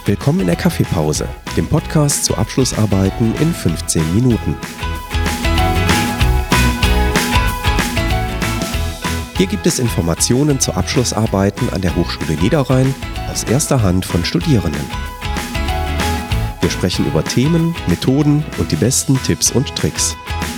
Willkommen in der Kaffeepause, dem Podcast zu Abschlussarbeiten in 15 Minuten. Hier gibt es Informationen zu Abschlussarbeiten an der Hochschule Niederrhein aus erster Hand von Studierenden. Wir sprechen über Themen, Methoden und die besten Tipps und Tricks.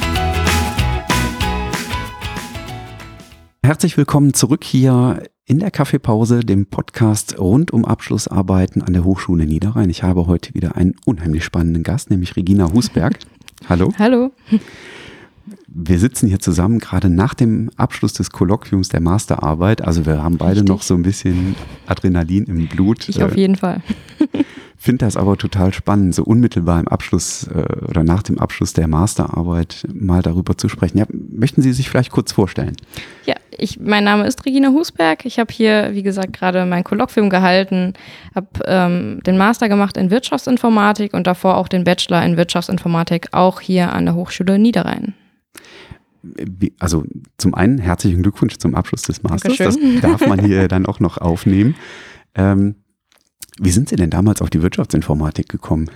Herzlich willkommen zurück hier in der Kaffeepause, dem Podcast rund um Abschlussarbeiten an der Hochschule Niederrhein. Ich habe heute wieder einen unheimlich spannenden Gast, nämlich Regina Husberg. Hallo. Hallo. Wir sitzen hier zusammen gerade nach dem Abschluss des Kolloquiums der Masterarbeit. Also wir haben beide noch so ein bisschen Adrenalin im Blut. Ich auf jeden Fall. Finde das aber total spannend, so unmittelbar im Abschluss oder nach dem Abschluss der Masterarbeit mal darüber zu sprechen. Ja, möchten Sie sich vielleicht kurz vorstellen? Ja, mein Name ist Regina Husberg. Ich habe hier, wie gesagt, gerade mein Kolloquium gehalten, habe den Master gemacht in Wirtschaftsinformatik und davor auch den Bachelor in Wirtschaftsinformatik, auch hier an der Hochschule Niederrhein. Also zum einen herzlichen Glückwunsch zum Abschluss des Masters. Dankeschön. Das darf man hier dann auch noch aufnehmen. Wie sind Sie denn damals auf die Wirtschaftsinformatik gekommen?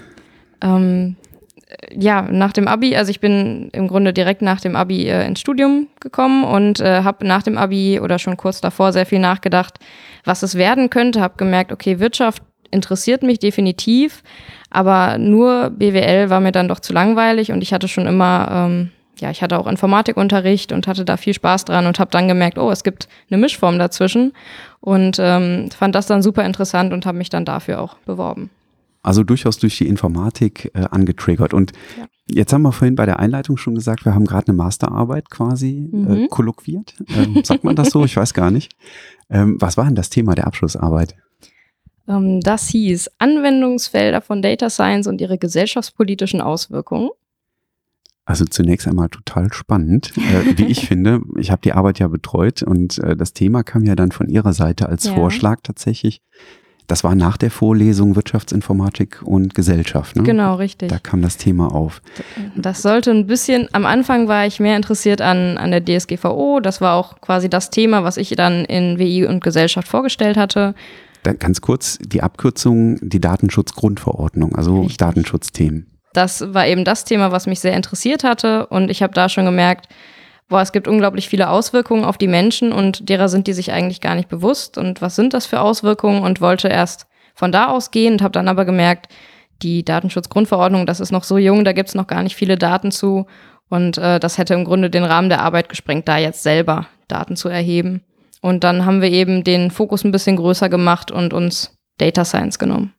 Ja, nach dem Abi, also ich bin im Grunde direkt nach dem Abi ins Studium gekommen und habe nach dem Abi oder schon kurz davor sehr viel nachgedacht, was es werden könnte. Habe gemerkt, okay, Wirtschaft interessiert mich definitiv, aber nur BWL war mir dann doch zu langweilig und ich hatte schon immer, ich hatte auch Informatikunterricht und hatte da viel Spaß dran und habe dann gemerkt, oh, es gibt eine Mischform dazwischen und fand das dann super interessant und habe mich dann dafür auch beworben. Also durchaus durch die Informatik angetriggert. Und Jetzt haben wir vorhin bei der Einleitung schon gesagt, wir haben gerade eine Masterarbeit quasi kolloquiert. Sagt man das so? Ich weiß gar nicht. Was war denn das Thema der Abschlussarbeit? Das hieß Anwendungsfelder von Data Science und ihre gesellschaftspolitischen Auswirkungen. Also zunächst einmal total spannend, wie ich finde. Ich habe die Arbeit ja betreut und das Thema kam ja dann von Ihrer Seite als Vorschlag tatsächlich. Das war nach der Vorlesung Wirtschaftsinformatik und Gesellschaft, ne? Genau, richtig. Da kam das Thema auf. Das sollte ein bisschen, am Anfang war ich mehr interessiert an der DSGVO. Das war auch quasi das Thema, was ich dann in WI und Gesellschaft vorgestellt hatte. Dann ganz kurz die Abkürzung, die Datenschutzgrundverordnung, also richtig. Datenschutzthemen. Das war eben das Thema, was mich sehr interessiert hatte und ich habe da schon gemerkt, es gibt unglaublich viele Auswirkungen auf die Menschen und derer sind die sich eigentlich gar nicht bewusst und was sind das für Auswirkungen und wollte erst von da aus gehen und habe dann aber gemerkt, die Datenschutzgrundverordnung, das ist noch so jung, da gibt es noch gar nicht viele Daten zu und das hätte im Grunde den Rahmen der Arbeit gesprengt, da jetzt selber Daten zu erheben. Und dann haben wir eben den Fokus ein bisschen größer gemacht und uns Data Science genommen.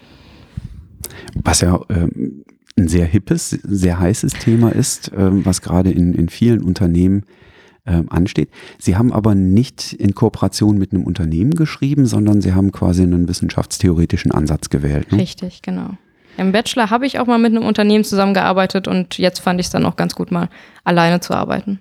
Was ja ein sehr hippes, sehr heißes Thema ist, was gerade in vielen Unternehmen ansteht. Sie haben aber nicht in Kooperation mit einem Unternehmen geschrieben, sondern Sie haben quasi einen wissenschaftstheoretischen Ansatz gewählt. Ne? Richtig, genau. Im Bachelor habe ich auch mal mit einem Unternehmen zusammengearbeitet und jetzt fand ich es dann auch ganz gut, mal alleine zu arbeiten.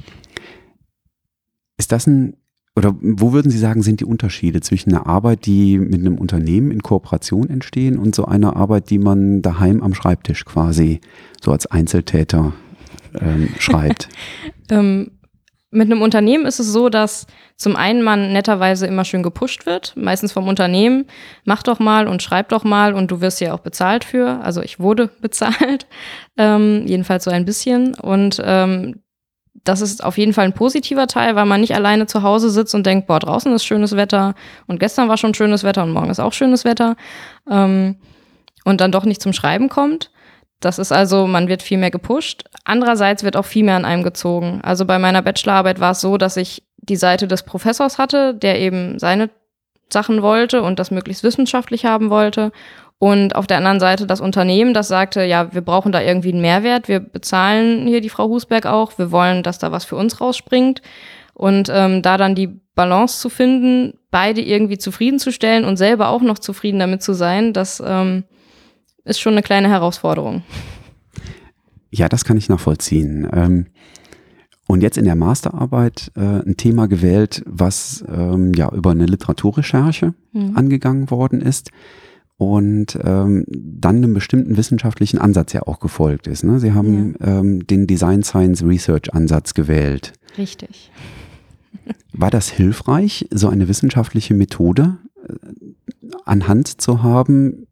Ist das Oder wo würden Sie sagen, sind die Unterschiede zwischen einer Arbeit, die mit einem Unternehmen in Kooperation entstehen und so einer Arbeit, die man daheim am Schreibtisch quasi so als Einzeltäter schreibt? Mit einem Unternehmen ist es so, dass zum einen man netterweise immer schön gepusht wird, meistens vom Unternehmen, mach doch mal und schreib doch mal und du wirst ja auch bezahlt für. Also ich wurde bezahlt, jedenfalls so ein bisschen und das ist auf jeden Fall ein positiver Teil, weil man nicht alleine zu Hause sitzt und denkt, draußen ist schönes Wetter und gestern war schon schönes Wetter und morgen ist auch schönes Wetter und dann doch nicht zum Schreiben kommt. Das ist also, man wird viel mehr gepusht. Andererseits wird auch viel mehr an einem gezogen. Also bei meiner Bachelorarbeit war es so, dass ich die Seite des Professors hatte, der eben seine Sachen wollte und das möglichst wissenschaftlich haben wollte. Und auf der anderen Seite das Unternehmen, das sagte, ja, wir brauchen da irgendwie einen Mehrwert, wir bezahlen hier die Frau Husberg auch, wir wollen, dass da was für uns rausspringt. Und da dann die Balance zu finden, beide irgendwie zufriedenzustellen und selber auch noch zufrieden damit zu sein, das ist schon eine kleine Herausforderung. Ja, das kann ich nachvollziehen. Und jetzt in der Masterarbeit ein Thema gewählt, was über eine Literaturrecherche angegangen worden ist. Und dann einem bestimmten wissenschaftlichen Ansatz ja auch gefolgt ist. Ne? Sie haben den Design Science Research Ansatz gewählt. Richtig. War das hilfreich, so eine wissenschaftliche Methode an Hand zu haben,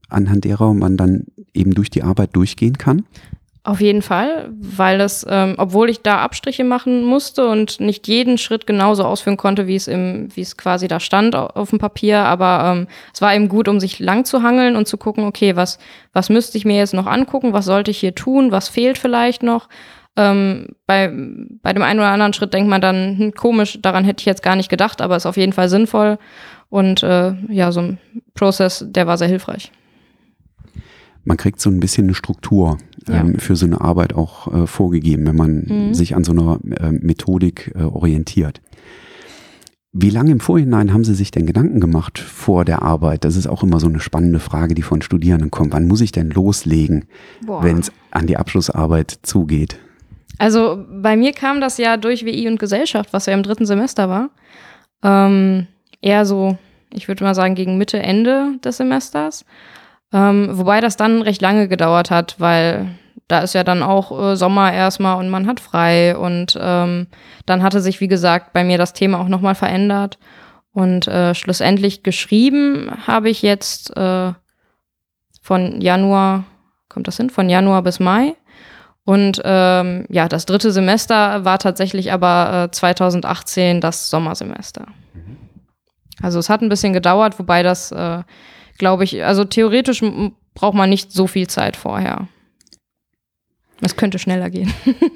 anhand derer man dann eben durch die Arbeit durchgehen kann? Auf jeden Fall, weil es, obwohl ich da Abstriche machen musste und nicht jeden Schritt genauso ausführen konnte, wie es quasi da stand auf dem Papier, aber es war eben gut, um sich lang zu hangeln und zu gucken, okay, was müsste ich mir jetzt noch angucken, was sollte ich hier tun, was fehlt vielleicht noch. Bei dem einen oder anderen Schritt denkt man dann, komisch, daran hätte ich jetzt gar nicht gedacht, aber ist auf jeden Fall sinnvoll und so ein Prozess, der war sehr hilfreich. Man kriegt so ein bisschen eine Struktur für so eine Arbeit auch vorgegeben, wenn man sich an so einer Methodik orientiert. Wie lange im Vorhinein haben Sie sich denn Gedanken gemacht vor der Arbeit? Das ist auch immer so eine spannende Frage, die von Studierenden kommt. Wann muss ich denn loslegen, wenn es an die Abschlussarbeit zugeht? Also bei mir kam das ja durch WI und Gesellschaft, was ja im 3. Semester war. Eher so, ich würde mal sagen, gegen Mitte, Ende des Semesters. Wobei das dann recht lange gedauert hat, weil da ist ja dann auch Sommer erstmal und man hat frei und dann hatte sich, wie gesagt, bei mir das Thema auch nochmal verändert und schlussendlich geschrieben habe ich jetzt von Januar bis Mai und das 3. Semester war tatsächlich aber 2018 das Sommersemester. Also es hat ein bisschen gedauert, wobei das glaube ich, also theoretisch braucht man nicht so viel Zeit vorher. Es könnte schneller gehen.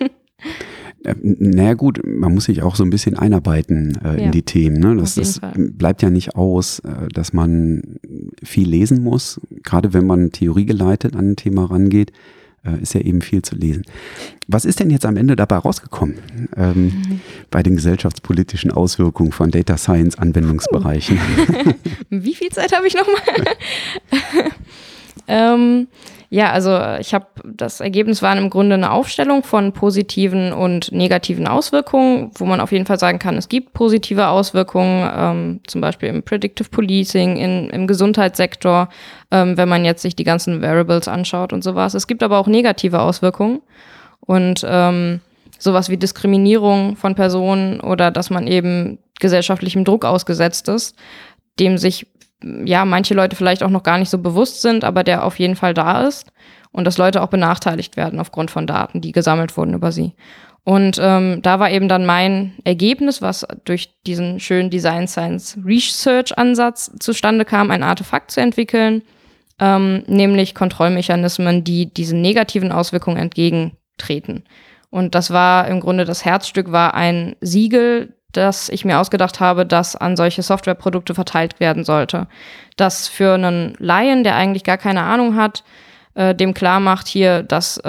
Naja gut, man muss sich auch so ein bisschen einarbeiten in die Themen. Ne? Das bleibt ja nicht aus, dass man viel lesen muss. Gerade wenn man theoriegeleitet an ein Thema rangeht, ist ja eben viel zu lesen. Was ist denn jetzt am Ende dabei rausgekommen bei den gesellschaftspolitischen Auswirkungen von Data Science Anwendungsbereichen? Wie viel Zeit habe ich nochmal? Das Ergebnis war im Grunde eine Aufstellung von positiven und negativen Auswirkungen, wo man auf jeden Fall sagen kann, es gibt positive Auswirkungen, zum Beispiel im Predictive Policing, im Gesundheitssektor, wenn man jetzt sich die ganzen Variables anschaut und sowas. Es gibt aber auch negative Auswirkungen und sowas wie Diskriminierung von Personen oder dass man eben gesellschaftlichem Druck ausgesetzt ist, dem sich manche Leute vielleicht auch noch gar nicht so bewusst sind, aber der auf jeden Fall da ist und dass Leute auch benachteiligt werden aufgrund von Daten, die gesammelt wurden über sie. Und da war eben dann mein Ergebnis, was durch diesen schönen Design Science Research Ansatz zustande kam, ein Artefakt zu entwickeln, nämlich Kontrollmechanismen, die diesen negativen Auswirkungen entgegentreten. Und das war im Grunde das Herzstück, war ein Siegel, das ich mir ausgedacht habe, das an solche Softwareprodukte verteilt werden sollte. Das für einen Laien, der eigentlich gar keine Ahnung hat, dem klar macht hier, dass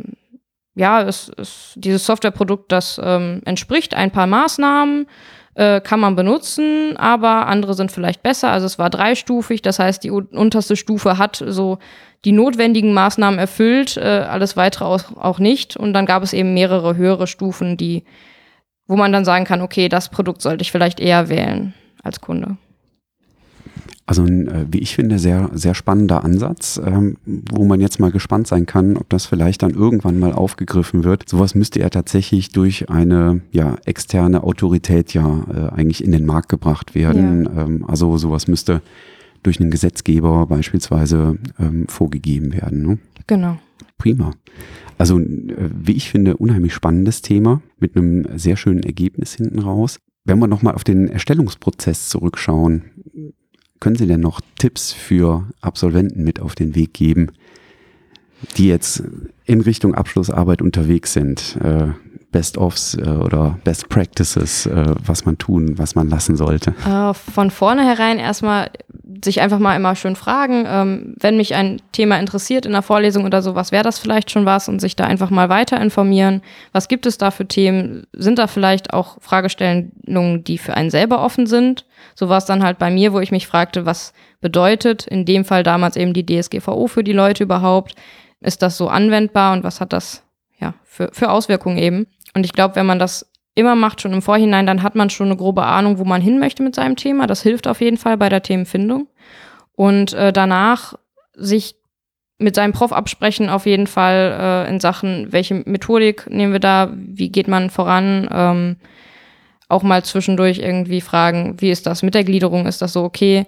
dieses Softwareprodukt, das entspricht ein paar Maßnahmen, kann man benutzen, aber andere sind vielleicht besser. Also es war 3-stufig, das heißt, die unterste Stufe hat so die notwendigen Maßnahmen erfüllt, alles weitere auch nicht. Und dann gab es eben mehrere höhere Stufen, wo man dann sagen kann, okay, das Produkt sollte ich vielleicht eher wählen als Kunde. Also ein, wie ich finde, sehr, sehr spannender Ansatz, wo man jetzt mal gespannt sein kann, ob das vielleicht dann irgendwann mal aufgegriffen wird. Sowas müsste ja tatsächlich durch eine externe Autorität eigentlich in den Markt gebracht werden. Ja. Also sowas müsste durch einen Gesetzgeber beispielsweise vorgegeben werden. Ne? Genau. Prima. Also, wie ich finde, unheimlich spannendes Thema mit einem sehr schönen Ergebnis hinten raus. Wenn wir nochmal auf den Erstellungsprozess zurückschauen, können Sie denn noch Tipps für Absolventen mit auf den Weg geben, die jetzt in Richtung Abschlussarbeit unterwegs sind? Best-ofs oder Best Practices, was man tun, was man lassen sollte? Von vornherein erstmal sich einfach mal immer schön fragen, wenn mich ein Thema interessiert in der Vorlesung oder so, was wäre das vielleicht schon was und sich da einfach mal weiter informieren. Was gibt es da für Themen? Sind da vielleicht auch Fragestellungen, die für einen selber offen sind? So war es dann halt bei mir, wo ich mich fragte, was bedeutet in dem Fall damals eben die DSGVO für die Leute überhaupt? Ist das so anwendbar und was hat das für Auswirkungen eben? Und ich glaube, wenn man das immer macht, schon im Vorhinein, dann hat man schon eine grobe Ahnung, wo man hin möchte mit seinem Thema. Das hilft auf jeden Fall bei der Themenfindung. Und danach sich mit seinem Prof absprechen, auf jeden Fall in Sachen, welche Methodik nehmen wir da, wie geht man voran, auch mal zwischendurch irgendwie fragen, wie ist das mit der Gliederung, ist das so okay?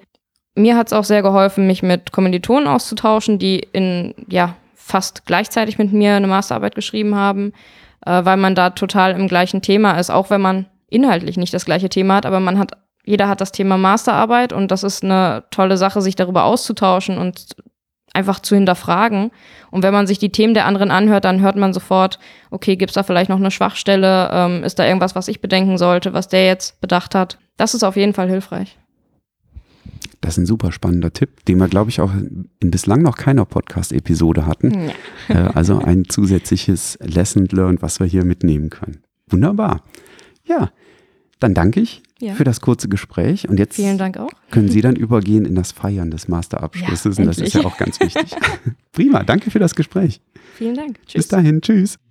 mir hat es auch sehr geholfen, mich mit Kommilitonen auszutauschen, die fast gleichzeitig mit mir eine Masterarbeit geschrieben haben, weil man da total im gleichen Thema ist, auch wenn man inhaltlich nicht das gleiche Thema hat, aber jeder hat das Thema Masterarbeit und das ist eine tolle Sache, sich darüber auszutauschen und einfach zu hinterfragen. Und wenn man sich die Themen der anderen anhört, dann hört man sofort, okay, gibt es da vielleicht noch eine Schwachstelle? Ist da irgendwas, was ich bedenken sollte, was der jetzt bedacht hat? Das ist auf jeden Fall hilfreich. Das ist ein super spannender Tipp, den wir, glaube ich, auch in bislang noch keiner Podcast-Episode hatten. Ja. Also ein zusätzliches Lesson learned, was wir hier mitnehmen können. Wunderbar. Ja, dann danke ich für das kurze Gespräch. Und jetzt vielen Dank auch. Können Sie dann übergehen in das Feiern des Masterabschlusses. Und das ist ja auch ganz wichtig. Prima, danke für das Gespräch. Vielen Dank. Tschüss. Bis dahin, tschüss.